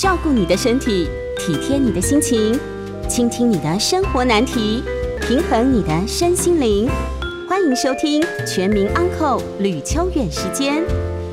照顾你的身体，体贴你的心情，倾听你的生活难题，平衡你的身心灵。欢迎收听全民安扣吕秋远时间。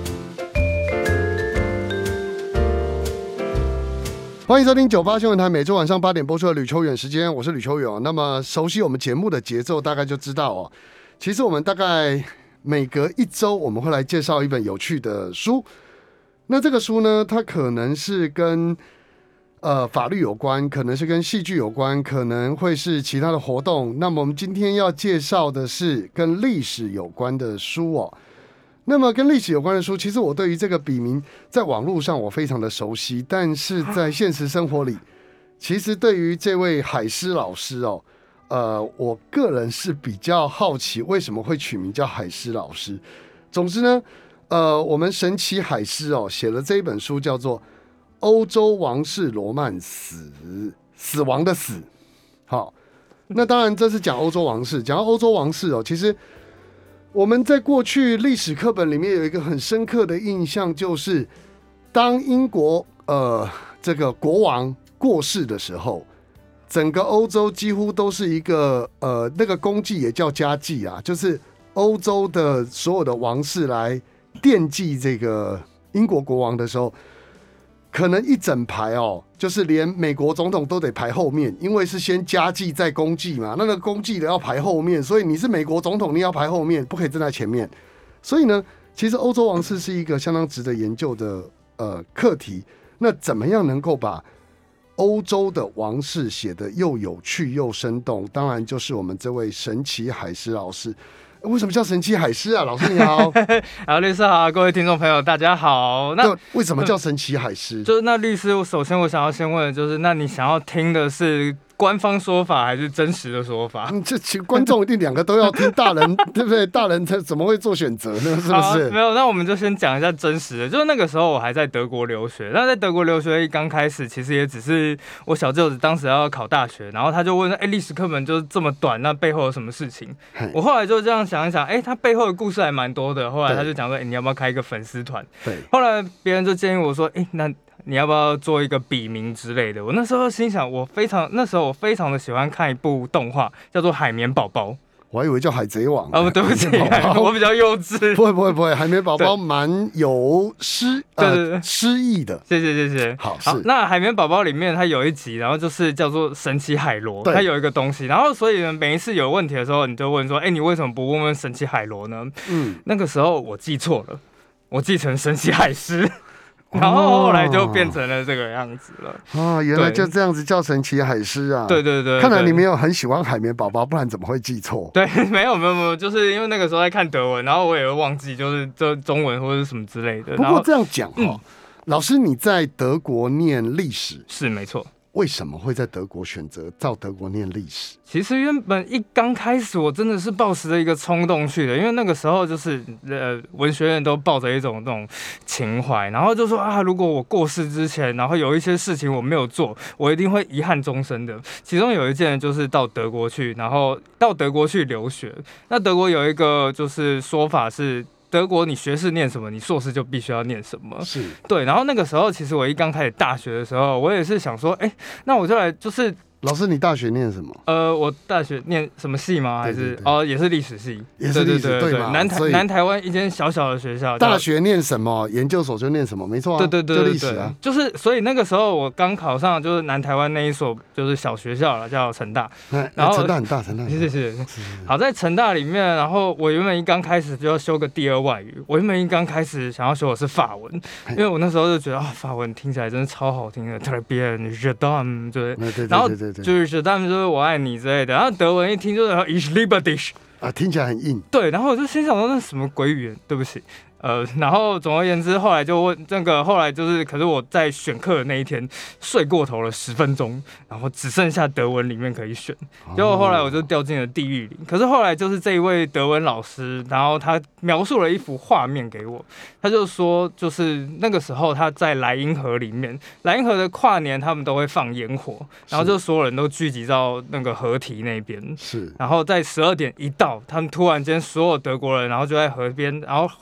欢迎收听98新闻台每周晚上8点播出的吕秋远时间，我是吕秋远。那么熟悉我们节目的节奏，大概就知道哦。其实我们大概每隔一周，我们会来介绍一本有趣的书。那这个书呢，它可能是跟法律有关，可能是跟戏剧有关，可能会是其他的活动。那么我们今天要介绍的是跟历史有关的书哦。那么跟历史有关的书，其实我对于这个笔名在网络上我非常的熟悉，但是在现实生活里，其实对于这位海狮老师哦，我个人是比较好奇为什么会取名叫海狮老师。总之呢，我们神奇海狮哦写了这一本书，叫做《欧洲王室罗曼史》，死亡的死。好，那当然这是讲欧洲王室。讲到欧洲王室哦，其实我们在过去历史课本里面有一个很深刻的印象，就是当英国这个国王过世的时候，整个欧洲几乎都是一个那个公祭也叫家祭啊，就是欧洲的所有的王室来奠祭这个英国国王的时候，可能一整排哦，就是连美国总统都得排后面，因为是先家祭再公祭嘛，那个公祭的要排后面，所以你是美国总统，你要排后面，不可以站在前面。所以呢，其实欧洲王室是一个相当值得研究的课题。那怎么样能够把欧洲的王室写得又有趣又生动？当然就是我们这位神奇海狮老师。为什么叫神奇海狮啊？老师你好。 好，律师好，各位听众朋友大家好。那为什么叫神奇海狮？ 就是那律师，首先我想要先问的就是，那你想要听的是官方说法还是真实的说法？ 这其实观众一定两个都要听，大人对不对？大人怎么会做选择呢？是不是？ 没有，那我们就先讲一下真实的。就是那个时候我还在德国留学，那在德国留学一刚开始，其实也只是我小舅子当时要考大学，然后他就问，历史课本就是这么短，那背后有什么事情？我后来就这样想一想，他背后的故事还蛮多的。后来他就讲说，你要不要开一个粉丝团？对。后来别人就建议我说，那你要不要做一个笔名之类的？我那时候心想，那时候我非常的喜欢看一部动画，叫做《海绵宝宝》。 我还以为叫《海贼王》 对不起，我比较幼稚。 不会，海绵宝宝蛮有诗意的。 谢谢。好，那海绵宝宝里面它有一集，然后就是叫做神奇海螺，它有一个东西，然后所以呢，每一次有问题的时候，你就问说，你为什么不问问神奇海螺呢？那个时候我记错了，我记成神奇海狮。然后后来就变成了这个样子了。 原来就这样子叫神奇海狮啊！ 对， 看来你没有很喜欢海绵宝宝，不然怎么会记错？ 对，没有，就是因为那个时候在看德文，然后我也会忘记，就是这中文或者什么之类的。 不过这样讲老师你在德国念历史是没错。 为什么会在德国选择到德国念历史？ 其实原本刚开始我真的是抱持着一个冲动去的，因为那个时候就是文学院都抱着一种那种情怀，然后就说如果我过世之前，然后有一些事情我没有做，我一定会遗憾终身的。其中有一件就是到德国去，然后到德国去留学。那德国有一个就是说法是，德国你学士念什么，你硕士就必须要念什么。 是对，然后那个时候其实我刚开始大学的时候，我也是想说，那我就来就是。 老师，你大学念什么？ 我大学念什么系吗？还是对也是历史系， 也是历史对嘛？ 南台湾一间小小的学校。 大学念什么，研究所就念什么，没错啊。 对， 就历史啊。 就是所以那个时候我刚考上就是南台湾那一所就是小学校了，叫成大。 然后成大很大。 是。好，在成大里面，然后我原本刚开始就要修个第二外语，我原本刚开始想要修的是法文，因为我那时候就觉得法文听起来真的超好听的，特别je t'aime，对，然后。就是他们说我爱你之类的，然后德文一听就是 Ich liebe dich 听起来很硬。 对，然后我就心想说那什么鬼语言？对不起。然后总而言之，后来就问这个，后来就是，可是我在选课的那一天睡过头了10分钟，然后只剩下德文里面可以选，结果后来我就掉进了地狱里。可是后来就是这一位德文老师，然后他描述了一幅画面给我，他就说，就是那个时候他在莱茵河里面，莱茵河的跨年他们都会放烟火，然后就所有人都聚集到那个河堤那边， 是， 然后在12点一到，他们突然间所有德国人，然后就在河边，然后缓缓的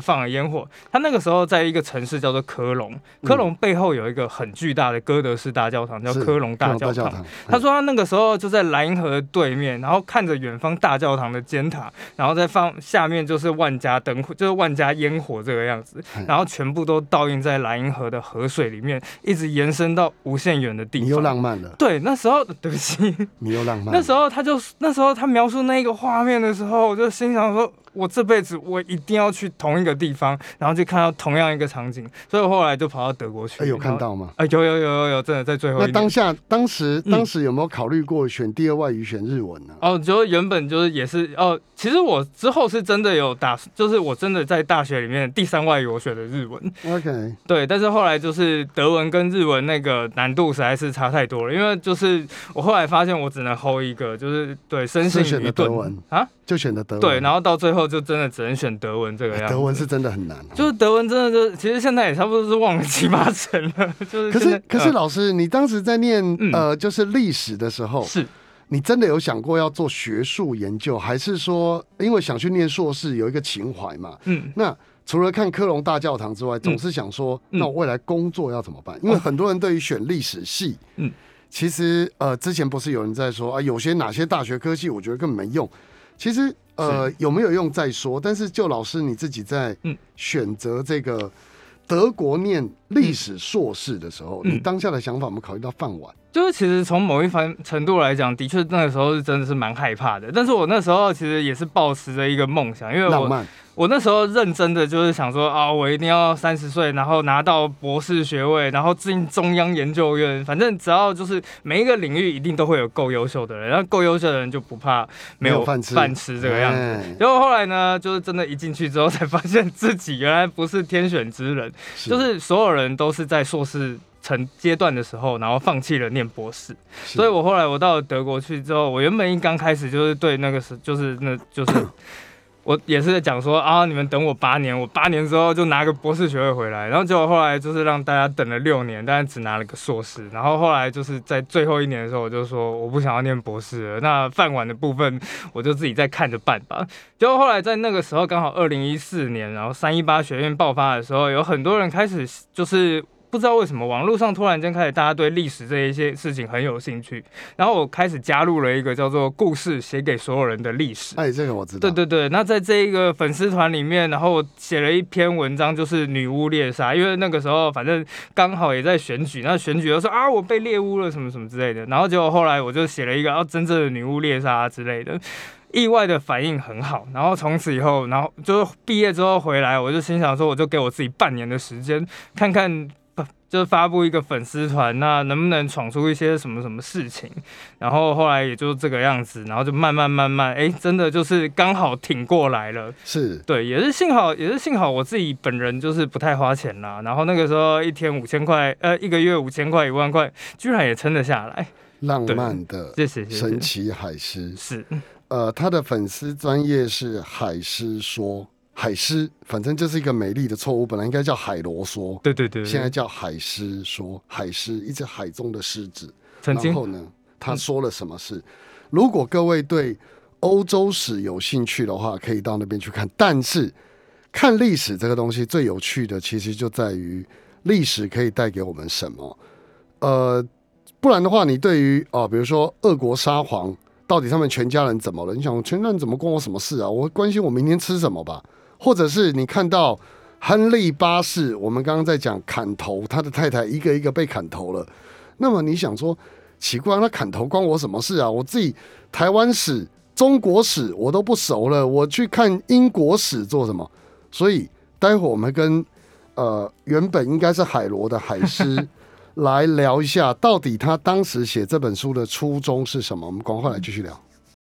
放了烟火。他那个时候在一个城市叫做科隆，科隆背后有一个很巨大的哥德式大教堂，叫科隆大教堂。他说他那个时候就在莱茵河的对面，然后看着远方大教堂的尖塔，然后再放下面就是万家灯，就是万家烟火这个样子，然后全部都倒映在莱茵河的河水里面，一直延伸到无限远的地方。 你又浪漫了。 对，那时候对不起， 你又浪漫了。 那时候他描述那个画面的时候，我就心想说，我这辈子我一定要去同一个地方，然后去看到同样一个场景，所以我后来就跑到德国去。 有看到吗？ 有，真的在最后一年。 那当时有没有考虑过选第二外语选日文呢？ 就原本就是也是其实我之后是真的有就是我真的在大学里面第3外语我选的日文。 OK。 对，但是后来就是德文跟日文那个难度实在是差太多了，因为就是我后来发现我只能 hold 一个，就是对生性愚钝啊。 就选的德文， 对，然后到最后就真的只能选德文这个样子。 德文是真的很难， 就是德文真的其实现在也差不多是忘了7、8成了。就是可是老师，你当时在念就是历史的时候， 是你真的有想过要做学术研究，还是说因为想去念硕士有一个情怀嘛？那除了看科隆大教堂之外，总是想说，那我未来工作要怎么办？因为很多人对于选历史系，其实之前不是有人在说啊，有些哪些大学科系我觉得根本没用。其实有没有用再说，但是就老师你自己在选择这个德国念历史硕士的时候，你当下的想法有没有考虑到饭碗？ 就是其实从某一程度来讲，的确那个时候是真的是蛮害怕的。但是我那时候其实也是抱持着一个梦想，因为我那时候认真的就是想说啊，我一定要30岁，然后拿到博士学位，然后进中央研究院，反正只要就是每一个领域一定都会有够优秀的人，然后够优秀的人就不怕没有饭吃这个样子。结果后来呢，就是真的一进去之后才发现自己原来不是天选之人，就是所有人都是在硕士阶段的时候，然后放弃了念博士，所以我后来我到了德国去之后，我原本刚开始就是对那个就是我也是在讲说啊，你们等我8年，我8年之后就拿个博士学位回来，然后结果后来就是让大家等了6年，但是只拿了个硕士，然后后来就是在最后1年的时候，我就说我不想要念博士了，那饭碗的部分我就自己再看着办吧。结果后来在那个时候刚好2014年，然后318学院爆发的时候，有很多人开始就是不知道为什么网络上突然间开始大家对历史这一些事情很有兴趣，然后我开始加入了一个叫做故事写给所有人的历史。 这个我知道。 对，那在这一个粉丝团里面，然后我写了一篇文章，就是女巫猎杀，因为那个时候反正刚好也在选举，那选举就说啊我被猎巫了什么什么之类的，然后结果后来我就写了一个真正的女巫猎杀之类的。意外的反应很好，然后从此以后，然后就是毕业之后回来，我就心想说，我就给我自己半年的时间，看看就是发布一个粉丝团，那能不能闯出一些什么事情？然后后来也就这个样子，然后就慢慢，真的就是刚好挺过来了。 是对，也是幸好我自己本人就是不太花钱啦。然后那个时候1天5000块，1个月5000块、1万块，居然也撑得下来。 浪漫的， 谢谢神奇海狮是。 他的粉丝专业是海狮说，海狮反正就是一个美丽的错误，本来应该叫海螺说， 对， 现在叫海狮说，海狮一只海中的狮子。 然后呢，他说了什么事？如果各位对欧洲史有兴趣的话，可以到那边去看。但是看历史这个东西最有趣的，其实就在于历史可以带给我们什么。不然的话，你对于比如说俄国沙皇。到底他们全家人怎么了？你想全家人怎么关我什么事啊？我关心我明天吃什么吧。或者是你看到亨利8世，我们刚刚在讲砍头，他的太太一个一个被砍头了。那么你想说，奇怪，他砍头关我什么事啊？我自己台湾史、中国史我都不熟了，我去看英国史做什么？所以待会我们跟原本应该是海螺的海狮。来聊一下，到底他当时写这本书的初衷是什么？我们赶快来继续聊。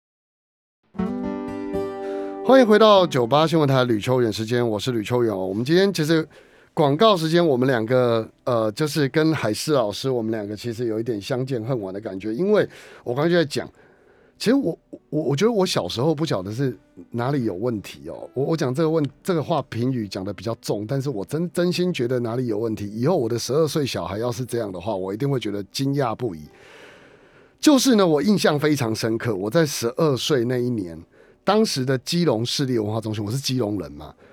欢迎回到98新闻台吕秋远时间，我是吕秋远。我们今天其实广告时间，我们两个就是跟海狮老师，我们两个其实有一点相见恨晚的感觉，因为我刚才就在讲，其实我觉得我小时候不晓得是哪里有问题哦。我讲这个话评语讲的比较重，但是我真心觉得哪里有问题。以后我的12岁小孩要是这样的话，我一定会觉得惊讶不已。就是呢，我印象非常深刻，我在12岁那一年，当时的基隆市立文化中心，我是基隆人嘛，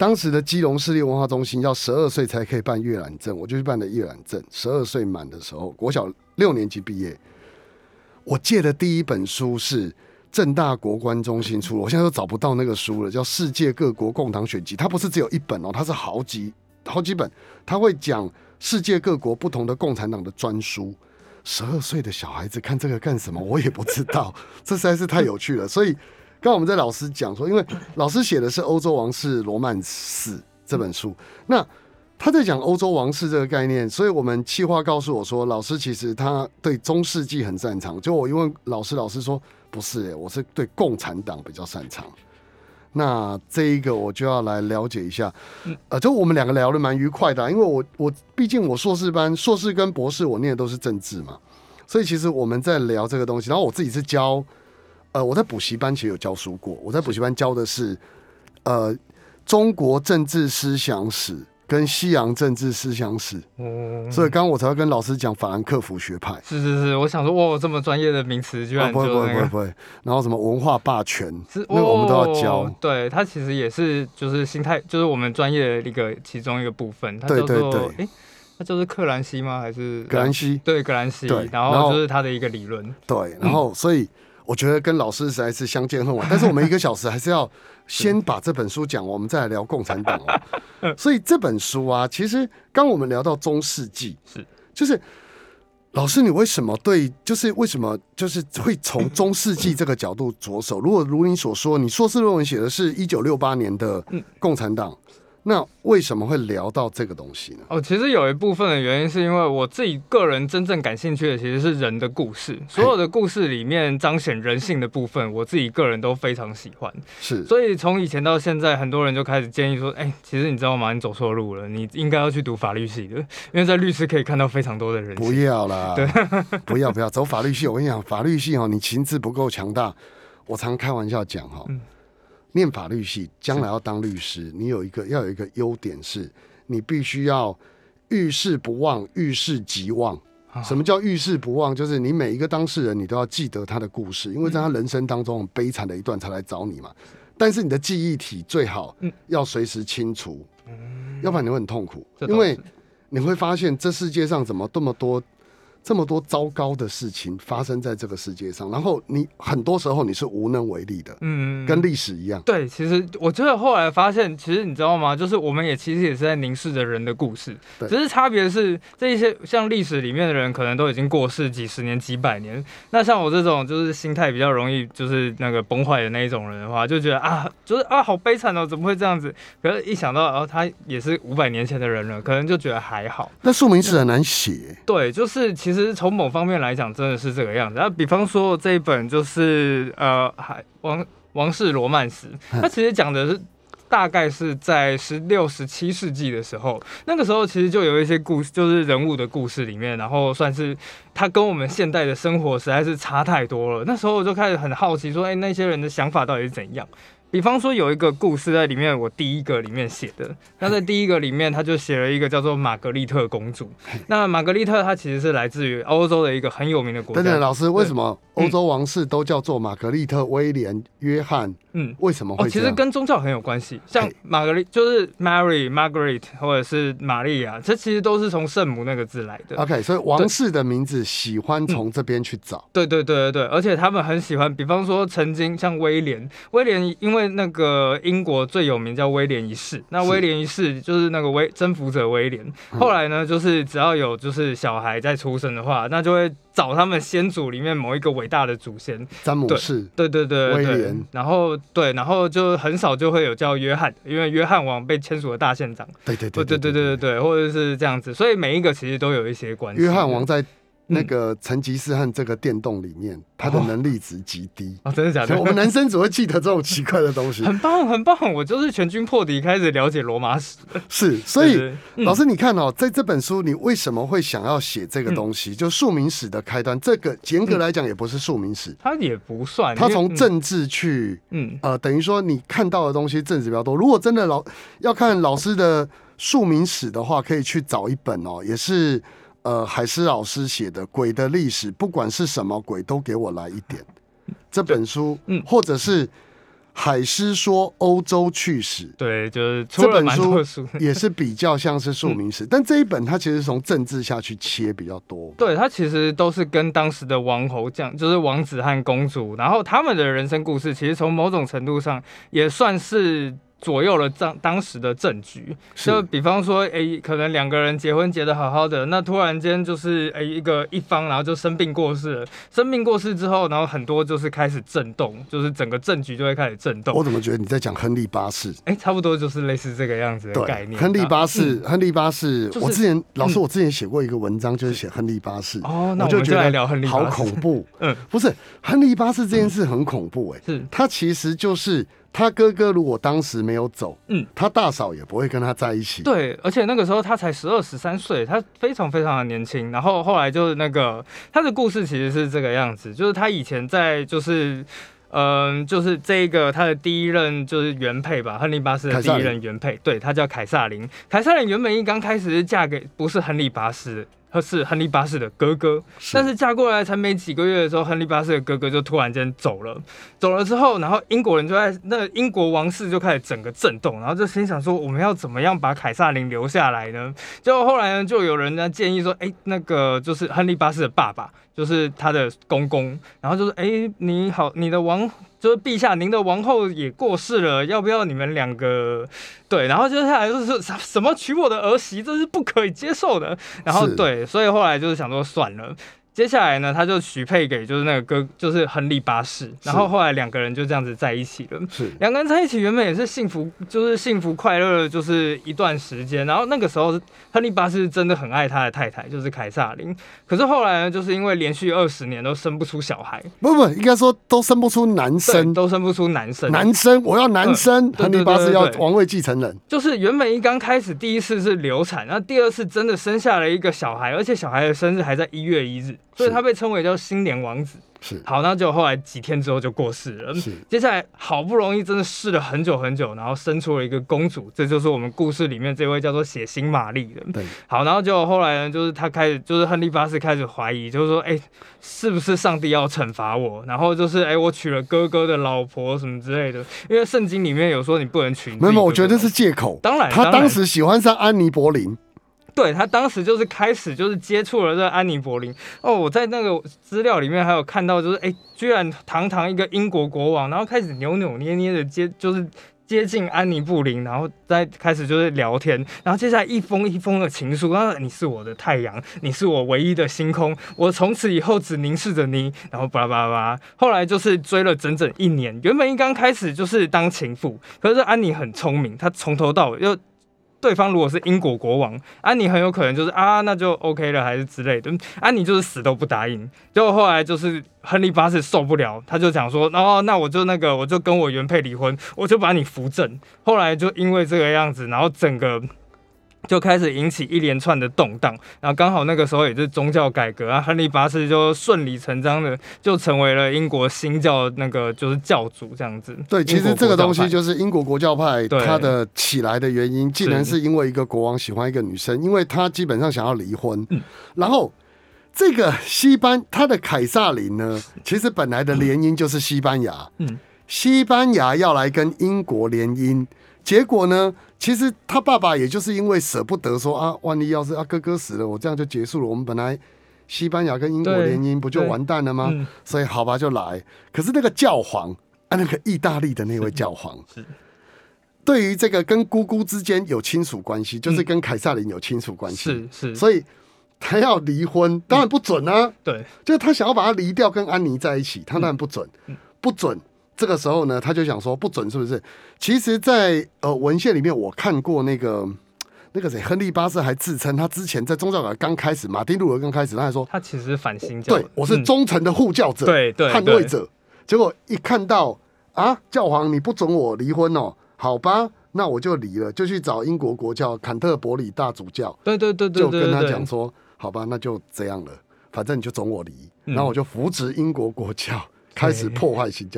当时的基隆市立文化中心要12岁才可以办阅览证，我就去办的阅览证。12岁满的时候，国小6年级毕业，我借的第一本书是政大国关中心出的，我现在都找不到那个书了，叫《世界各国共党选集》。它不是只有一本哦，它是好几本，它会讲世界各国不同的共产党的专书。12岁的小孩子看这个干什么？我也不知道，这实在是太有趣了。所以刚刚我们在老师讲说，因为老师写的是《欧洲王室罗曼史》这本书，那他在讲欧洲王室这个概念，所以我们企划告诉我说，老师其实他对中世纪很擅长。就我一问老师，老师说不是，我是对共产党比较擅长。那这一个我就要来了解一下，就我们两个聊得蛮愉快的因为我毕竟我硕士跟博士我念的都是政治嘛，所以其实我们在聊这个东西。然后我自己是教。我在补习班其实有教书过，我在补习班教的是中国政治思想史跟西洋政治思想史，所以刚刚我才会跟老师讲法兰克福学派。 是，我想说哇，这么专业的名词居然就不会，然后什么文化霸权，那个我们都要教。 对，它其实也是就是心态，就是我们专业的其中一个部分，它叫做那就是克兰西吗？还是格兰西？ 对，格兰西。然后就是他的一个理论。对， 然后所以。我觉得跟老师实在是相见恨晚，但是我们1个小时还是要先把这本书讲完，我们再来聊共产党所以这本书啊，其实刚我们聊到中世纪，就是老师，你为什么为什么会从中世纪这个角度着手？如你所说，你硕士论文写的是1968年的共产党。那为什么会聊到这个东西呢？ 其实有一部分的原因是因为我自己个人真正感兴趣的其实是人的故事，所有的故事里面彰显人性的部分，我自己个人都非常喜欢。 是， 所以从以前到现在，很多人就开始建议说，其实你知道吗？你走错路了，你应该要去读法律系的，因为在律师可以看到非常多的人性。 不要啦，对，不要走法律系。我跟你讲，法律系你情志不够强大，我常开玩笑讲念法律系将来要当律师，你要有一个优点是，你必须要遇事不忘，遇事即忘。什么叫遇事不忘？就是你每一个当事人，你都要记得他的故事，因为在他人生当中很悲惨的一段才来找你嘛。但是你的记忆体最好要随时清除，要不然你会很痛苦，因为你会发现这世界上怎么这么多糟糕的事情发生在这个世界上，然后你很多时候你是无能为力的，跟历史一样。 对，其实我觉得后来发现，其实你知道吗？就是我们其实也是在凝视着人的故事，只是差别是这一些像历史里面的人可能都已经过世几十年、几百年，那像我这种就是心态比较容易就是那个崩坏的那一种人的话，就觉得好悲惨哦，怎么会这样子？可是一想到他也是500年前的人了，可能就觉得还好。 那说明是很难写。 对，就是其实从某方面来讲，真的是这个样子。那比方说这一本就是王室罗曼史，它其实讲的是大概是在16、17世纪的时候，那个时候其实就有一些故事，就是人物的故事里面，然后算是它跟我们现代的生活实在是差太多了。那时候我就开始很好奇说，那些人的想法到底是怎样？比方说有一个故事在里面，我第一个里面写的，那在第一个里面他就写了一个叫做玛格丽特公主。那玛格丽特她其实是来自于欧洲的一个很有名的国家。 等等，老师，为什么欧洲王室都叫做玛格丽特、威廉、约翰？为什么会这样？ 其实跟宗教很有关系。像玛格丽就是 Margaret 或者是玛利亚，这其实都是从圣母那个字来的。 OK， 所以王室的名字喜欢从这边去找。 对，而且他们很喜欢，比方说曾经像威廉因为那个英国最有名叫威廉一世，那威廉一世就是那个征服者威廉。后来呢，就是只要有就是小孩在出生的话，那就会找他们先祖里面某一个伟大的祖先， 詹姆士， 对， 威廉， 然后就很少就会有叫约翰，因为约翰王被签署了大宪章，对，或者是这样子，所以每一个其实都有一些关系。 约翰王在那个成吉思汗这个电动里面，他的能力值极低真的假的？ 我们男生只会记得这种奇怪的东西。 很棒，我就是全军破敌开始了解罗马史。 是，所以老师你看在这本书你为什么会想要写这个东西？就庶民史的开端，这个严格来讲也不是庶民史， 它也不算， 它从政治去等于说你看到的东西政治比较多。如果真的要看老师的庶民史的话，可以去找一本也是海狮老师写的《鬼的历史》，不管是什么鬼都给我来一点。这本书，或者是海狮说欧洲趣史》， 对，就是出了蛮多书， 也是比较像是庶民史，但这一本它其实从政治下去切比较多。 对，它其实都是跟当时的王侯将，就是王子和公主，然后他们的人生故事，其实从某种程度上也算是左右了当时的政局。就比方说，可能两个人结婚结得好好的，那突然间就是一方，然后就生病过世了。生病过世之后，然后很多就是开始震动，就是整个政局就会开始震动。 我怎么觉得你在讲亨利八世？ 差不多就是类似这个样子的概念。 亨利八世，亨利八世， 就是、 我之前我之前写过一个文章，就是写亨利八世。 哦，那我就觉得来聊亨利八世， 好恐怖。不是亨利八世这件事很恐怖是他其实就是。他哥哥如果当时没有走，他大嫂也不会跟他在一起。 对，而且那个时候他才12、13岁，他非常非常的年轻。然后后来就是他的故事其实是这个样子，就是他以前在就是这个他的第一任就是原配吧，亨利八世的第一任原配，对，他叫凯撒琳。凯撒琳原本刚开始是嫁给不是亨利八世。他是亨利八世的哥哥，但是嫁过来才没几个月的时候，亨利八世的哥哥就突然间走了。走了之后，然后英国人就在那英国王室就开始整个震动，然后就心想说，我们要怎么样把凯撒琳留下来呢？结果后来呢，就有人家建议说，那个就是亨利八世的爸爸，就是他的公公，然后就说，你好，你的就是陛下，您的王后也过世了，要不要你们两个？对，然后接下来就是什么娶我的儿媳，这是不可以接受的。然后对，所以后来就是想说算了。接下来呢，他就许配给就是那个就是亨利八世，然后后来两个人就这样子在一起了。两个人在一起原本也是幸福快乐，就是一段时间。然后那个时候亨利八世真的很爱他的太太，就是凯撒琳。可是后来呢，就是因为连续20年都生不出小孩， 不，应该说都生不出男生， 都生不出男生。 我要男生，亨利八世要王位继承人。 就是原本刚开始第一次是流产，然后第二次真的生下了一个小孩，而且小孩的生日还在1月1日。所以他被称为叫新年王子。好，那就后来几天之后就过世了。接下来好不容易真的试了很久很久，然后生出了一个公主，这就是我们故事里面这位叫做血腥玛丽的。 对， 好，然后就后来呢，就是他就是亨利八世开始怀疑，就是说，是不是上帝要惩罚我？然后就是，我娶了哥哥的老婆什么之类的，因为圣经里面有说你不能娶。 没有，我觉得是借口。 当然， 他当时喜欢上安妮·柏林。 对，他当时就是开始就是接触了这个安妮·柏林。我在那个资料里面还有看到，就是居然堂堂一个英国国王，然后开始扭扭捏捏的接近安妮·布林，然后再开始就是聊天，然后接下来一封一封的情书，然后你是我的太阳，你是我唯一的星空，我从此以后只凝视着你，然后巴拉巴拉巴拉。后来就是追了整整1年，原本刚开始就是当情妇，可是安妮很聪明，她从头到尾又。对方如果是英国国王，安妮很有可能就是那就 OK 了，还是之类的。安妮就是死都不答应。结果后来就是亨利八世受不了，他就讲说，那我就跟我原配离婚，我就把你扶正。后来就因为这个样子，然后整个就开始引起一连串的动荡，然后刚好那个时候也是宗教改革，然后亨利八世就顺理成章的就成为了英国新教那个就是教主这样子。 对，其实这个东西就是英国国教派它的起来的原因，竟然是因为一个国王喜欢一个女生，因为他基本上想要离婚，然后。这个他的凯撒琳呢，其实本来的联姻就是西班牙，西班牙要来跟英国联姻，结果呢，其实他爸爸也就是因为舍不得说万一要是哥哥死了，我这样就结束了，我们本来西班牙跟英国联姻不就完蛋了吗？所以好吧就来，可是那个教皇那个意大利的那位教皇，对于这个跟姑姑之间有亲属关系，就是跟凯撒琳有亲属关系，所以。他要离婚，当然不准啊！ 对， 就是他想要把他离掉，跟安妮在一起，他当然不准，不准。这个时候呢，他就想说不准，是不是？其实在，文献里面，我看过那个谁，亨利八世还自称他之前在宗教改革刚开始，马丁路德刚开始，他还说他其实反新教， 对，我是忠诚的护教者，捍卫者。结果一看到教皇你不准我离婚哦，好吧。那我就离了，就去找英国国教坎特伯里大主教， 对， 就跟他讲说，好吧，那就这样了，反正你就准我离，然后我就扶植英国国教，开始破坏新教徒。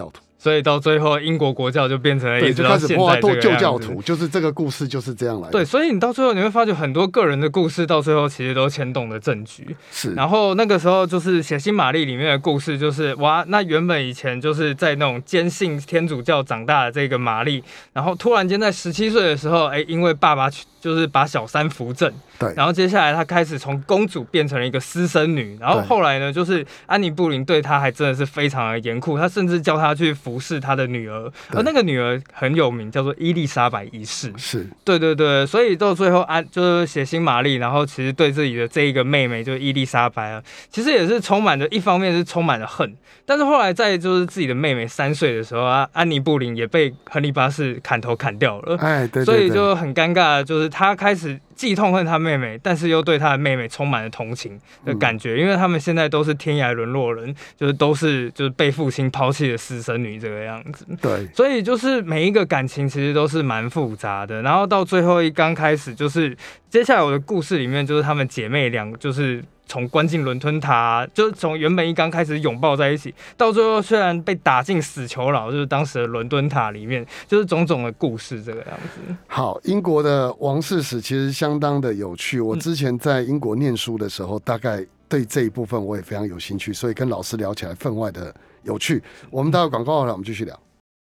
所以到最后英国国教就变成了一直到现在这个样子， 就开始破旧教徒，就是这个故事就是这样来的。 对，所以你到最后你会发觉很多个人的故事到最后其实都牵动了政局。 是， 然后那个时候就是血腥玛丽里面的故事，就是哇，那原本以前就是在那种坚信天主教长大的这个玛丽，然后突然间在17岁的时候，因为爸爸就是把小三扶正， 对， 然后接下来她开始从公主变成了一个私生女，然后后来呢，就是安妮布林对她还真的是非常的严酷，她甚至叫她去服侍她的女儿，而那个女儿很有名，叫做伊丽莎白一世。 是， 对对对，所以到最后就是血腥玛丽，然后其实对自己的这一个妹妹就是伊丽莎白啊，其实也是充满着一方面是充满了恨，但是后来在就是自己的妹妹3岁的时候啊，安妮布林也被亨利八世砍头砍掉了， 对， 所以就很尴尬的就是他开始既痛恨他妹妹，但是又对他的妹妹充满了同情的感觉，因为他们现在都是天涯沦落人，就是都是就是被父亲抛弃的私生女这个样子。 对， 所以就是每一个感情其实都是蛮复杂的，然后到最后刚开始就是接下来我的故事里面就是她们姐妹俩就是从关进伦敦塔，就是从原本刚开始拥抱在一起，到最后虽然被打进死囚牢，就是当时的伦敦塔里面，就是种种的故事这个样子。 好，英国的王室史其实相当的有趣。我之前在英国念书的时候，大概对这一部分我也非常有兴趣，所以跟老师聊起来分外的有趣。我们待会广告好了，我们继续聊。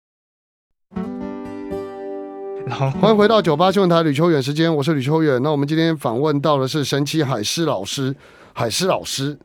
欢迎回到98新闻台吕秋远时间，我是吕秋远。那我们今天访问到的是神奇海狮老师，海狮老师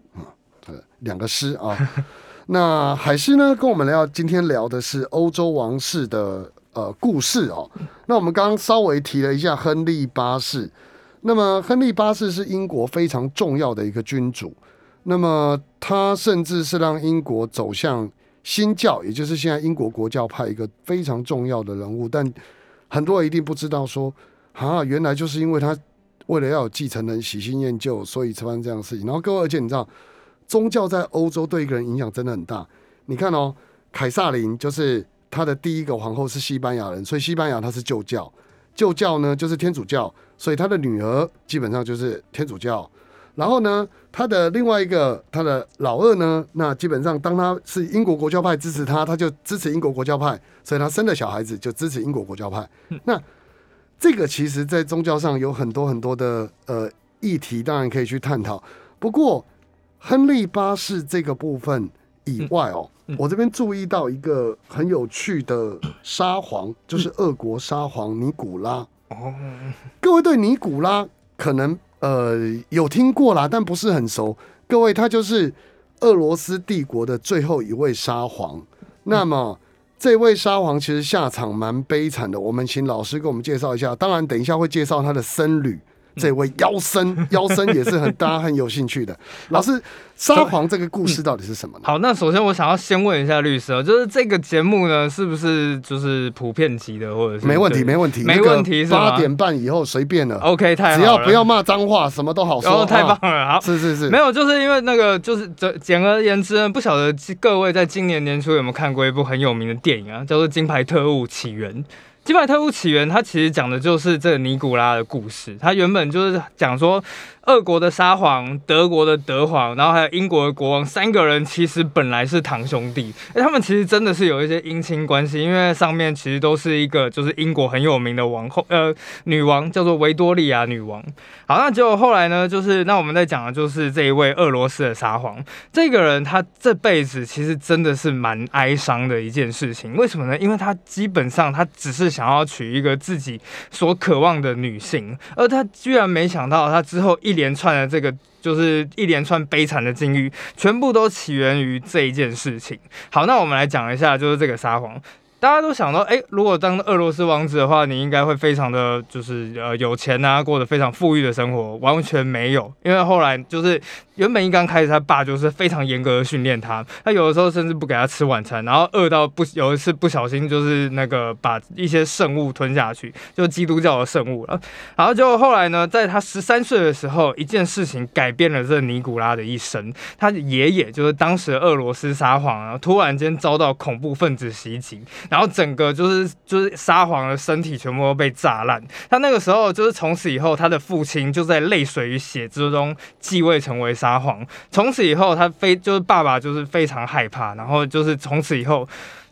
，2个狮啊。那海狮呢，跟我们今天聊的是欧洲王室的故事哦。那我们刚刚稍微提了一下亨利八世，那么亨利八世是英国非常重要的一个君主，那么他甚至是让英国走向新教，也就是现在英国国教派一个非常重要的人物，但很多人一定不知道说，原来就是因为他为了要有继承人喜新厌旧，所以才发生这样的事情。然后各位，而且你知道，宗教在欧洲对一个人影响真的很大。你看哦，凯撒琳就是他的第一个皇后是西班牙人，所以西班牙他是旧教，旧教呢就是天主教，所以他的女儿基本上就是天主教。然后呢，他的另外一个他的老二呢，那基本上当他是英国国教派支持他，他就支持英国国教派，所以他生的小孩子就支持英国国教派。那这个其实在宗教上有很多很多的议题，当然可以去探讨。不过亨利八世这个部分以外哦，我这边注意到一个很有趣的沙皇，就是俄国沙皇尼古拉。各位对尼古拉可能有听过啦，但不是很熟。各位，他就是俄罗斯帝国的最后一位沙皇。那么这位沙皇其实下场蛮悲惨的，我们请老师给我们介绍一下。当然，等一下会介绍他的僧侣。这位妖僧也是大家很有兴趣的。老师，沙皇这个故事到底是什么呢？ 好，那首先我想要先问一下律师，就是这个节目呢，是不是就是普遍级的，或者是没问题，是吗？8点半以后随便了。 OK， 太好了， 只要不要骂脏话，什么都好说。 太棒了，好， 是， 没有，就是因为那个，就是简而言之呢，不晓得各位在今年年初有没有看过一部很有名的电影啊，叫做《金牌特务起源》。《金牌特务起源》它其实讲的就是这个尼古拉的故事。它原本就是讲说，俄国的沙皇、德国的德皇，然后还有英国的国王，3个人其实本来是堂兄弟。他们其实真的是有一些姻亲关系，因为上面其实都是一个就是英国很有名的女王，叫做维多利亚女王。好，那结果后来呢，就是那我们在讲的就是这一位俄罗斯的沙皇。这个人他这辈子其实真的是蛮哀伤的一件事情。为什么呢？因为他基本上他只是想要娶一个自己所渴望的女性，而他居然没想到，他之后一连串的这个就是一连串悲惨的境遇，全部都起源于这一件事情。好，那我们来讲一下，就是这个沙皇。大家都想到，如果当俄罗斯王子的话，你应该会非常的就是有钱啊，过得非常富裕的生活。完全没有，因为后来就是原本一刚开始，他爸就是非常严格的训练他，他有的时候甚至不给他吃晚餐，然后饿到有一次不小心就是那个把一些圣物吞下去，就基督教的圣物了。然后就后来呢，在他13岁的时候，一件事情改变了这尼古拉的一生。他的爷爷就是当时的俄罗斯沙皇啊，突然间遭到恐怖分子袭击。然后整个就是沙皇的身体全部都被炸烂。他那个时候就是从此以后，他的父亲就在泪水与血之中继位成为沙皇。从此以后，就是爸爸就是非常害怕，然后就是从此以后。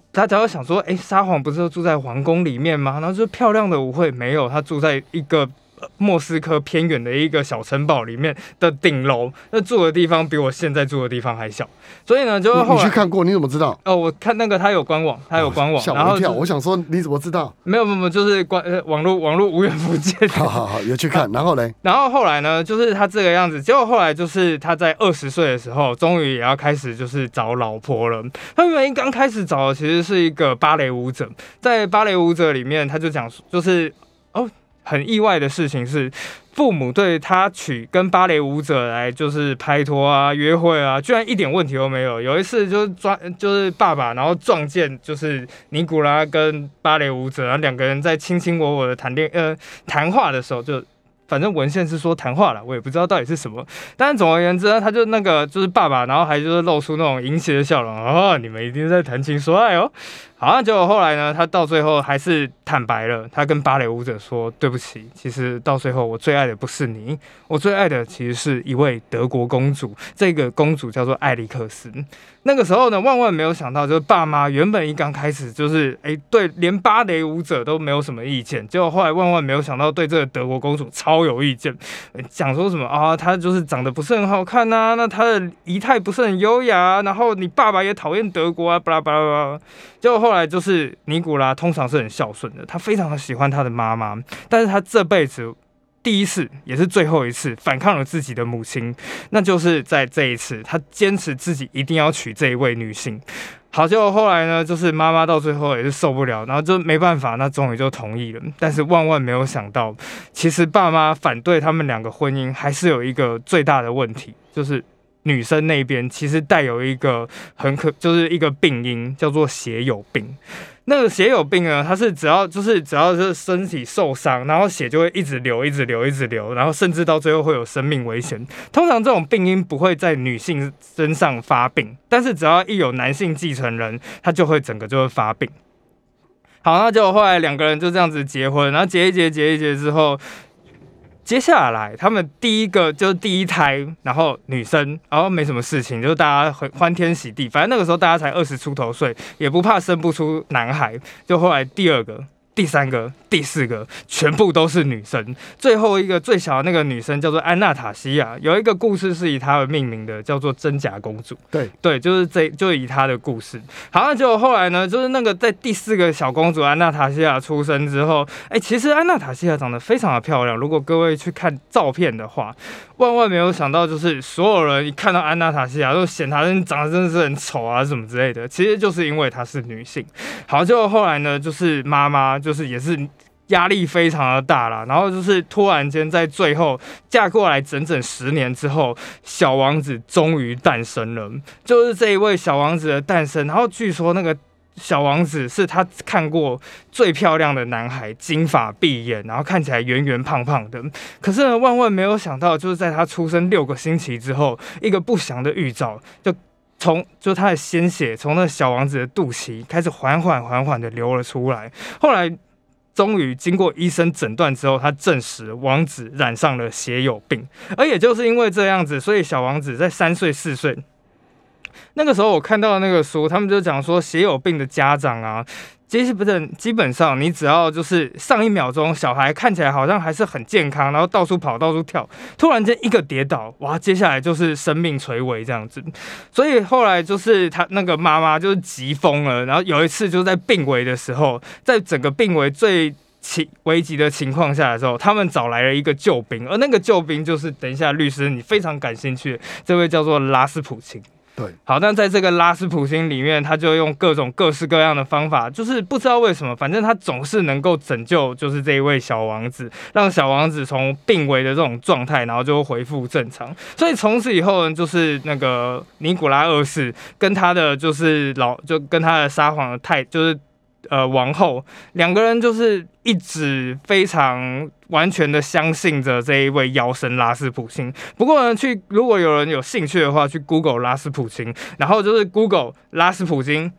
大家会想说，沙皇不是住在皇宫里面吗？然后就是漂亮的舞会，没有，他住在一个莫斯科偏远的一个小城堡里面的顶楼，那住的地方比我现在住的地方还小，所以呢，就后来你去看过，你怎么知道？ 我看那个他有官网， 吓然后我一跳，我想说你怎么知道？ 没有，就是网络无远弗届。 好，有去看，然后嘞， 然后后来呢，就是他这个样子，结果后来就是他在20岁的时候，终于也要开始就是找老婆了。他原本刚开始找的其实是一个芭蕾舞者，在芭蕾舞者里面，他就讲就是很意外的事情是，父母对他娶跟芭蕾舞者来就是拍拖啊、约会啊，居然一点问题都没有。有一次就是爸爸，然后撞见就是尼古拉跟芭蕾舞者，然后两个人在卿卿我我的谈话的时候，就反正文献是说谈话了，我也不知道到底是什么。但是总而言之呢，他就那个就是爸爸，然后还就是露出那种淫邪的笑容，你们一定在谈情说爱哦。好，结果后来呢，他到最后还是坦白了，他跟芭蕾舞者说对不起，其实到最后我最爱的不是你，我最爱的其实是一位德国公主，这个公主叫做艾利克斯。那个时候呢，万万没有想到，就是爸妈原本一刚开始就是对连芭蕾舞者都没有什么意见，结果后来万万没有想到对这个德国公主超有意见，讲说什么啊，她就是长得不是很好看啊，那她的仪态不是很优雅，然后你爸爸也讨厌德国啊，巴拉巴拉巴拉。结果后来就是尼古拉通常是很孝顺的，他非常的喜欢他的妈妈，但是他这辈子第一次也是最后一次反抗了自己的母亲，那就是在这一次，他坚持自己一定要娶这一位女性。好，结果后来呢，就是妈妈到最后也是受不了，然后就没办法，那终于就同意了。但是万万没有想到，其实爸妈反对他们两个婚姻，还是有一个最大的问题，就是女生那边其实带有一个就是一个病因，叫做血友病。那个血友病呢，它是只要就是身体受伤，然后血就会一直流，然后甚至到最后会有生命危险。通常这种病因不会在女性身上发病，但是只要一有男性继承人，他就会整个就会发病。好，那结果后来两个人就这样子结婚，然后结一结之后。接下来，他们第一胎，然后女生，然后没什么事情，就大家欢天喜地。反正那个时候大家才20出头岁，也不怕生不出男孩。就后来第2个、第3个、第4个，全部都是女生。最后一个最小的那个女生叫做安娜塔西亚，有一个故事是以她而命名的，叫做真假公主。对，就是以她的故事。好，那结果后来呢，就是那个在第4个小公主安娜塔西亚出生之后，其实安娜塔西亚长得非常的漂亮。如果各位去看照片的话，万万没有想到，就是所有人一看到安娜塔西亚都嫌她长得真的是很丑啊什么之类的，其实就是因为她是女性。好，结果后来呢，就是妈妈就是也是压力非常的大啦，然后就是突然间在最后嫁过来整整10年之后，小王子终于诞生了，就是这一位小王子的诞生。然后据说那个小王子是他看过最漂亮的男孩，金发碧眼，然后看起来圆圆胖胖的。可是呢，万万没有想到，就是在他出生6个星期之后，一个不祥的预兆就他的鲜血从那小王子的肚脐开始缓缓的流了出来。后来终于经过医生诊断之后，他证实王子染上了血友病。而也就是因为这样子，所以小王子在3岁4岁那个时候，我看到的那个书，他们就讲说血友病的家长啊，基本上你只要就是上1秒钟，小孩看起来好像还是很健康，然后到处跑到处跳，突然间一个跌倒，哇，接下来就是生命垂危这样子。所以后来就是他那个妈妈就是急疯了，然后有一次就在病危的时候，在整个病危最危急的情况下的时候，他们找来了一个救兵，而那个救兵就是等一下律师你非常感兴趣的这位叫做拉斯普钦。 对， 好，但在这个拉斯普钦里面，他就用各式各样的方法，就是不知道为什么，反正他总是能够拯救，就是这一位小王子，让小王子从病危的这种状态，然后就恢复正常。所以从此以后呢，就是那个尼古拉2世跟他的就是跟他的撒谎的就是王后两个人就是一直非常完全的相信着这一位妖神拉斯普钦。不过呢，如果有人有兴趣的话，去 Google 拉斯普钦，然后就是 Google 拉斯普钦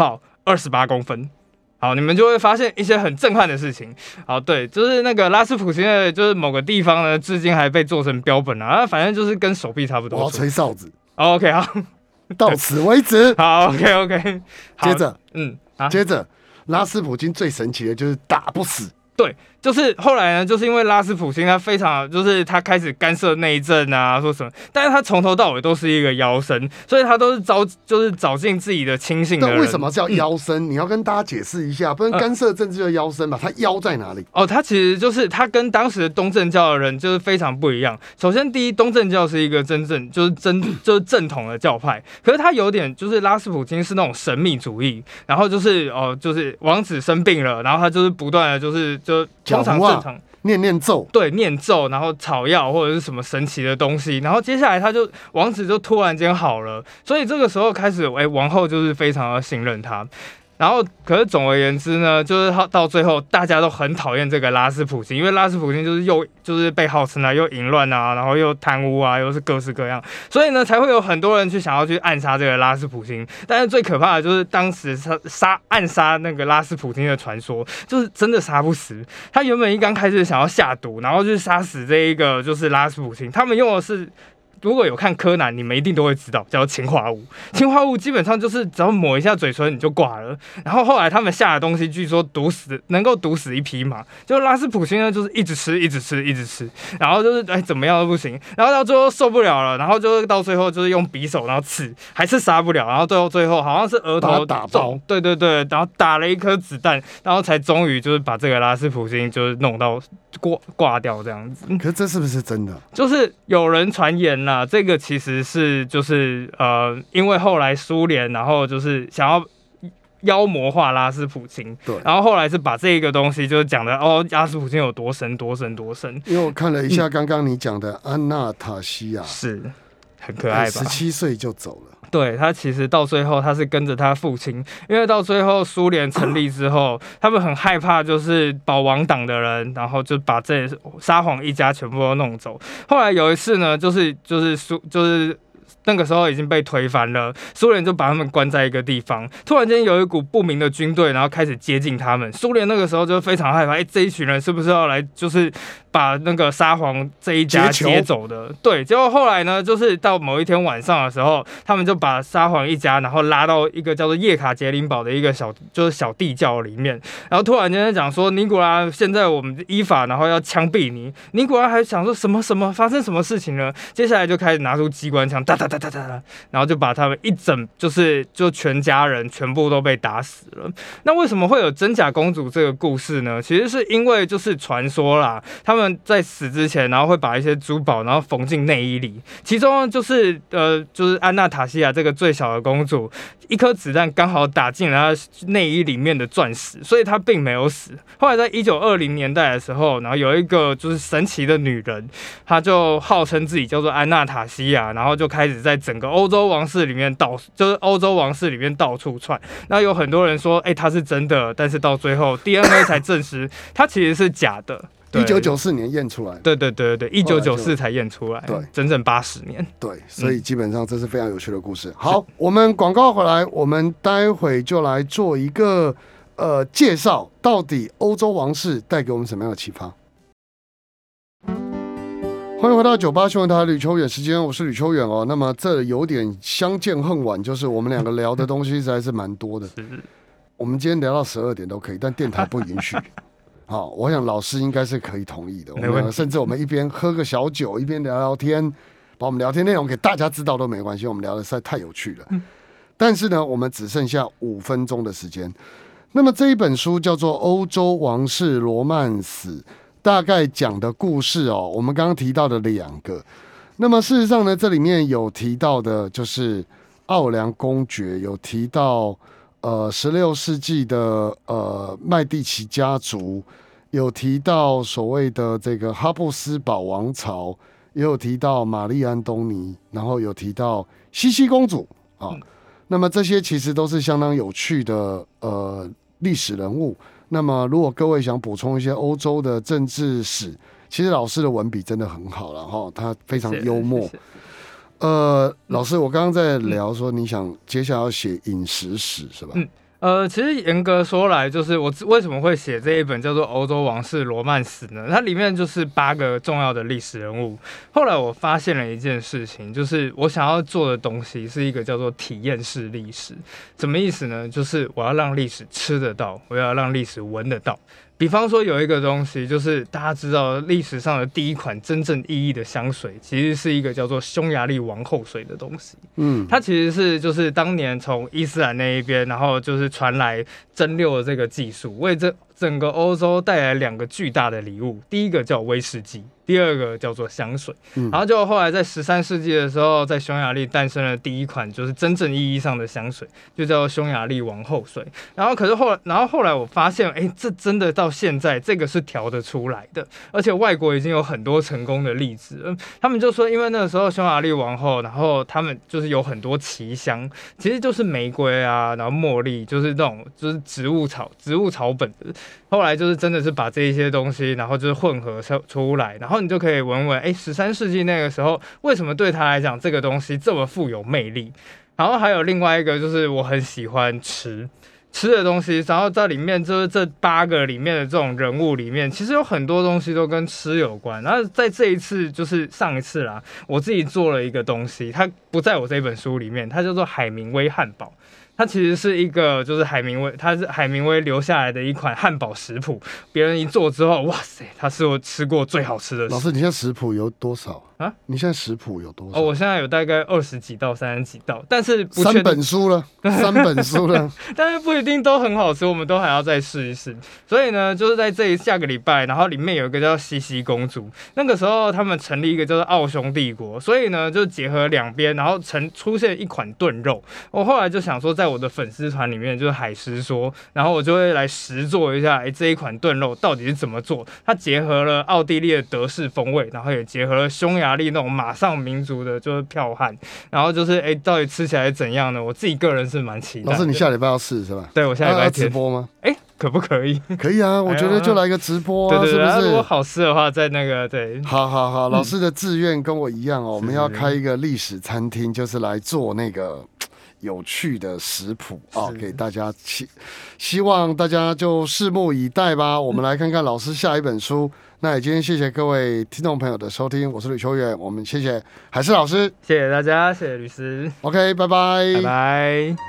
28公分。好，你们就会发现一些很震撼的事情。好，对，就是那个拉斯普钦的，就是某个地方呢，至今还被做成标本啊，反正就是跟手臂差不多。 我要吹哨子。 OK， 好。 到此为止。 好 ，OK， 接着，接着，拉斯普京最神奇的就是打不死。 对，就是后来呢，就是因为拉斯普京他非常，就是他开始干涉内政啊，说什么，但是他从头到尾都是一个妖僧，所以他都是找尽自己的亲信的人。 但为什么叫妖僧？你要跟大家解释一下，不然干涉政治就妖僧吧？他妖在哪里？ 他其实就是他跟当时的东正教的人就是非常不一样。首先，第一，东正教是一个真正就是正统的教派，可是他有点就是拉斯普京是那种神秘主义，然后就是就是王子生病了，然后他就是不断的就通常正常念咒， 对，念咒，然后草药或者是什么神奇的东西，然后接下来王子就突然间好了，所以这个时候开始，王后就是非常的信任他。然后，可是总而言之呢，就是他到最后，大家都很讨厌这个拉斯普京，因为拉斯普京就是被号称又淫乱啊，然后又贪污啊，又是各式各样，所以呢，才会有很多人想要去暗杀这个拉斯普京。但是最可怕的就是当时暗杀那个拉斯普京的传说，就是真的杀不死。他原本一刚开始想要下毒，然后去杀死这一个就是拉斯普京，他们用的是。如果有看柯南，你们一定都会知道，叫氰化物。氰化物基本上就是只要抹一下嘴唇你就挂了。然后后来他们下的东西，据说能够毒死一匹马。就拉斯普京呢，就是一直吃，然后就是怎么样都不行。然后到最后受不了了，然后就到最后就是用匕首然后刺，还是杀不了。然后最后好像是额头打爆， 对，然后打了一颗子弹，然后才终于就是把这个拉斯普京就是弄到挂掉这样子。 可是这是不是真的？ 就是有人传言。这个其实是就是因为后来苏联，然后就是想要妖魔化拉斯普京， 对， 然后后来是把这个东西就是讲的拉斯普京有多神。 因为我看了一下刚刚你讲的安娜塔西亚， 是很可爱吧 ？17岁就走了。 对，他其实到最后他是跟着他父亲，因为到最后苏联成立之后，他们很害怕就是保王党的人，然后就把这沙皇一家全部都弄走。后来有一次呢，就是那个时候已经被推翻了，苏联就把他们关在一个地方。突然间有一股不明的军队，然后开始接近他们。苏联那个时候就非常害怕，这一群人是不是要来就是把那个沙皇这一家接走的？对，结果后来呢，就是到某一天晚上的时候，他们就把沙皇一家然后拉到一个叫做叶卡捷琳堡的一个小地窖里面，然后突然间讲说尼古拉现在我们依法然后要枪毙你。尼古拉还想说什么发生什么事情了？接下来就开始拿出机关枪，哒，然后就把他们就全家人全部都被打死了。那为什么会有真假公主这个故事呢？其实是因为就是传说啦，他们在死之前，然后会把一些珠宝然后缝进内衣里，其中就是安娜塔西亚这个最小的公主，一颗子弹刚好打进了她内衣里面的钻石，所以她并没有死。后来在1920年代的时候，然后有一个就是神奇的女人，她就号称自己叫做安娜塔西亚，然后就开始在整个欧洲王室里面到处窜。那有很多人说，她是真的，但是到最后 DNA 才证实她其实是假的。 1994年验出来， 对，1994才验出来， 对， 整整80年。 对，所以基本上这是非常有趣的故事。好，我们广告回来，我们待会就来做一个介绍，到底欧洲王室带给我们什么样的启发？欢迎回到98新闻台吕秋远时间，我是吕秋远哦。那么这有点相见恨晚，就是我们两个聊的东西实在是蛮多的。我们今天聊到12点都可以，但电台不允许。好，我想老师应该是可以同意的。我们甚至我们一边喝个小酒，一边聊聊天，把我们聊天内容给大家知道都没关系。我们聊的实在太有趣了。但是呢，我们只剩下5分钟的时间。那么这一本书叫做《欧洲王室罗曼史》，大概讲的故事哦，我们刚刚提到的2个。那么事实上呢，这里面有提到的就是奥良公爵，有提到16世纪的麦地奇家族，有提到所谓的这个哈布斯堡王朝，也有提到玛丽安东尼，然后有提到茜茜公主啊。那么这些其实都是相当有趣的历史人物。那么如果各位想补充一些欧洲的政治史，其实老师的文笔真的很好了哈，他非常幽默。老师，我刚刚在聊说你想接下来要写饮食史是吧？ 其实严格说来，就是我为什么会写这一本叫做《欧洲王室罗曼史》呢？它里面就是8个重要的历史人物。后来我发现了一件事情，就是我想要做的东西是一个叫做体验式历史。什么意思呢？就是我要让历史吃得到，我要让历史闻得到。比方说有一个东西，就是大家知道历史上的第一款真正意义的香水，其实是一个叫做匈牙利王后水的东西。它其实是就是当年从伊斯兰那一边，然后就是传来蒸馏的这个技术，为整个欧洲带来2个巨大的礼物。第一个叫威士忌，第二个叫做香水。然后就后来在13世纪的时候，在匈牙利诞生了第一款就是真正意义上的香水，就叫匈牙利王后水。然后后来我发现，这真的到现在这个是调得出来的，而且外国已经有很多成功的例子。他们就说，因为那个时候匈牙利王后，然后他们就是有很多奇香，其实就是玫瑰啊，然后茉莉，就是那种就是植物草本的。后来就是真的是把这一些东西，然后就是混合出来，然后你就可以闻闻，13世纪那个时候为什么对他来讲这个东西这么富有魅力。然后还有另外一个就是我很喜欢吃的东西，然后在里面就是这8个里面的这种人物里面，其实有很多东西都跟吃有关。然后在这一次就是上一次啦，我自己做了一个东西，它不在我这本书里面，它叫做海明威汉堡。它其实是一个，就是它是海明威留下来的一款汉堡食谱。别人一做之后，哇塞，它是我吃过最好吃的。 老师，你现在食谱有多少啊？你现在食谱有多少？ 我现在有大概20几道、30几道，但是不确定 3本书了，3本书了， 但是不一定都很好吃，我们都还要再试一试。所以呢，就是在下个礼拜，然后里面有一个叫西西公主，那个时候他们成立一个叫做奥匈帝国，所以呢就结合2边，然后出现一款炖肉。我后来就想说，在我的粉丝团里面就是海狮说，然后我就会来实做一下，这一款炖肉到底是怎么做？它结合了奥地利的德式风味，然后也结合了匈牙利那种马上民族的，就是剽悍，然后就是到底吃起来怎样呢？我自己个人是蛮期待的。 老师，你下礼拜要试是吧？ 对，我下礼拜要直播吗？ 可不可以？ 可以啊，我觉得就来个直播啊， 对， 是不是？ 如果好吃的话，在那个对。 好，老师的志愿跟我一样哦，我们要开一个历史餐厅，就是来做那个有趣的食谱啊，给大家希望大家就拭目以待吧。我们来看看老师下一本书。那也今天谢谢各位听众朋友的收听，我是吕秋远，我们谢谢海狮老师， 谢谢大家，谢谢律师 ，OK， 拜拜， 拜拜。